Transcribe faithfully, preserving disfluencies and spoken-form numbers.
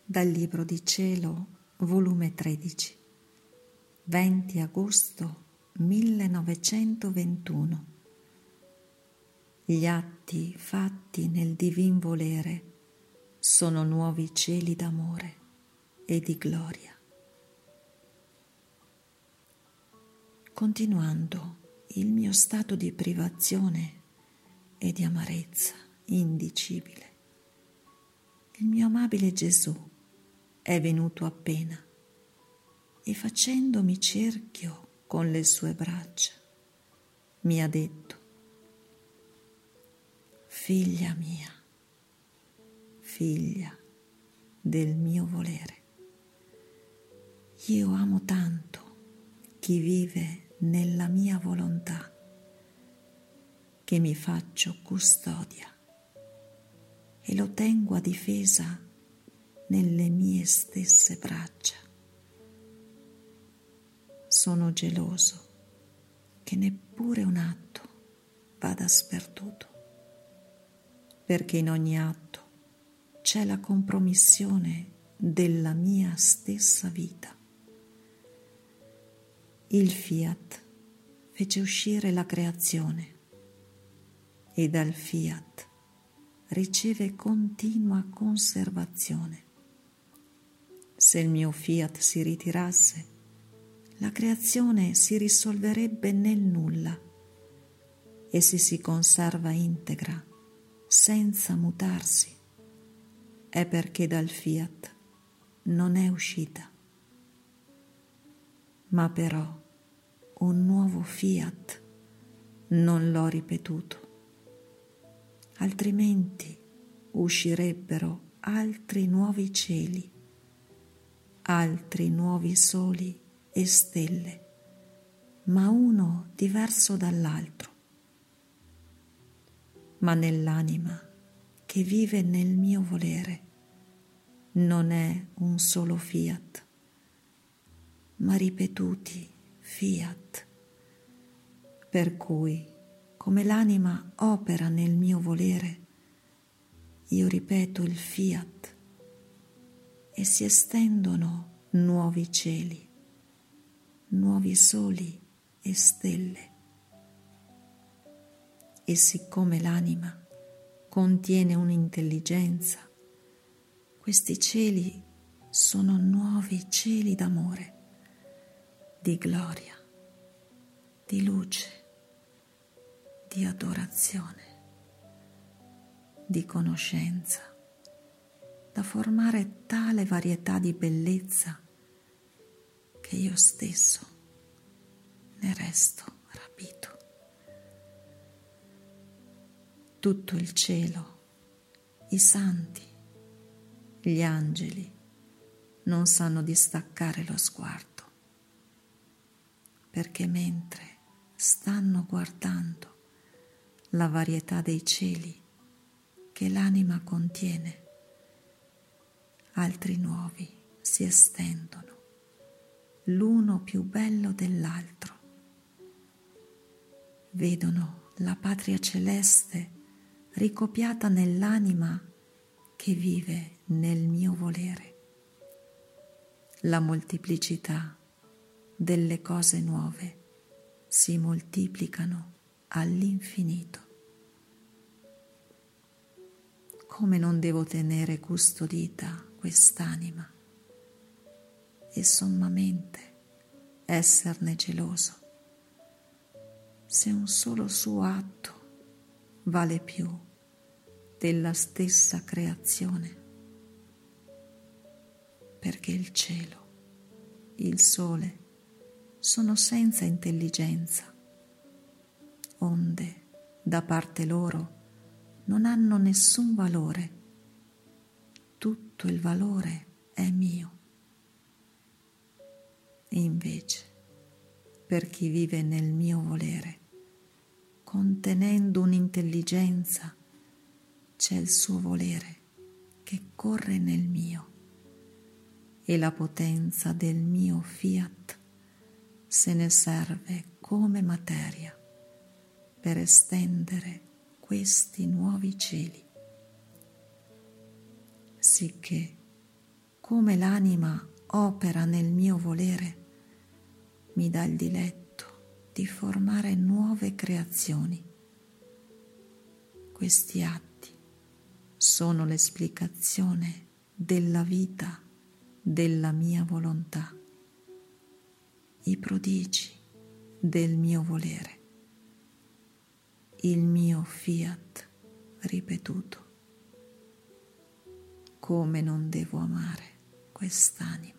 Dal Libro di Cielo, volume tredici, venti agosto millenovecentoventuno. Gli atti fatti nel divin volere sono nuovi cieli d'amore e di gloria. Continuando il mio stato di privazione e di amarezza indicibile, il mio amabile Gesù è venuto appena e facendomi cerchio con le sue braccia mi ha detto: figlia mia, figlia del mio volere, io amo tanto chi vive nella mia volontà che mi faccio custodia e lo tengo a difesa nelle mie stesse braccia. Sono geloso che neppure un atto vada sperduto, perché in ogni atto c'è la compromissione della mia stessa vita. Il Fiat fece uscire la creazione e dal Fiat riceve continua conservazione. Se il mio Fiat si ritirasse, la creazione si risolverebbe nel nulla, e se si conserva integra, senza mutarsi, è perché dal Fiat non è uscita. Ma però un nuovo Fiat non l'ho ripetuto, altrimenti uscirebbero altri nuovi cieli, altri nuovi soli e stelle, ma uno diverso dall'altro. Ma nell'anima che vive nel mio volere non è un solo Fiat, ma ripetuti Fiat, per cui, come l'anima opera nel mio volere, io ripeto il Fiat e si estendono nuovi cieli, nuovi soli e stelle. E siccome l'anima contiene un'intelligenza, questi cieli sono nuovi cieli d'amore, di gloria, di luce, di adorazione, di conoscenza, da formare tale varietà di bellezza che io stesso ne resto rapito. Tutto il cielo, i santi, gli angeli non sanno distaccare lo sguardo, perché mentre stanno guardando la varietà dei cieli che l'anima contiene, altri nuovi si estendono, l'uno più bello dell'altro. Vedono la patria celeste ricopiata nell'anima che vive nel mio volere. La molteplicità delle cose nuove si moltiplicano all'infinito. Come non devo tenere custodita quest'anima e sommamente esserne geloso, se un solo suo atto vale più della stessa creazione? Perché il cielo, il sole sono senza intelligenza, onde da parte loro non hanno nessun valore. Tutto il valore è mio. E invece, per chi vive nel mio volere, contenendo un'intelligenza, c'è il suo volere che corre nel mio, e la potenza del mio Fiat se ne serve come materia per estendere questi nuovi cieli, sicché come l'anima opera nel mio volere, mi dà il diletto di formare nuove creazioni. Questi atti sono l'esplicazione della vita della mia volontà, i prodigi del mio volere, il mio fiat ripetuto. Come non devo amare quest'anima.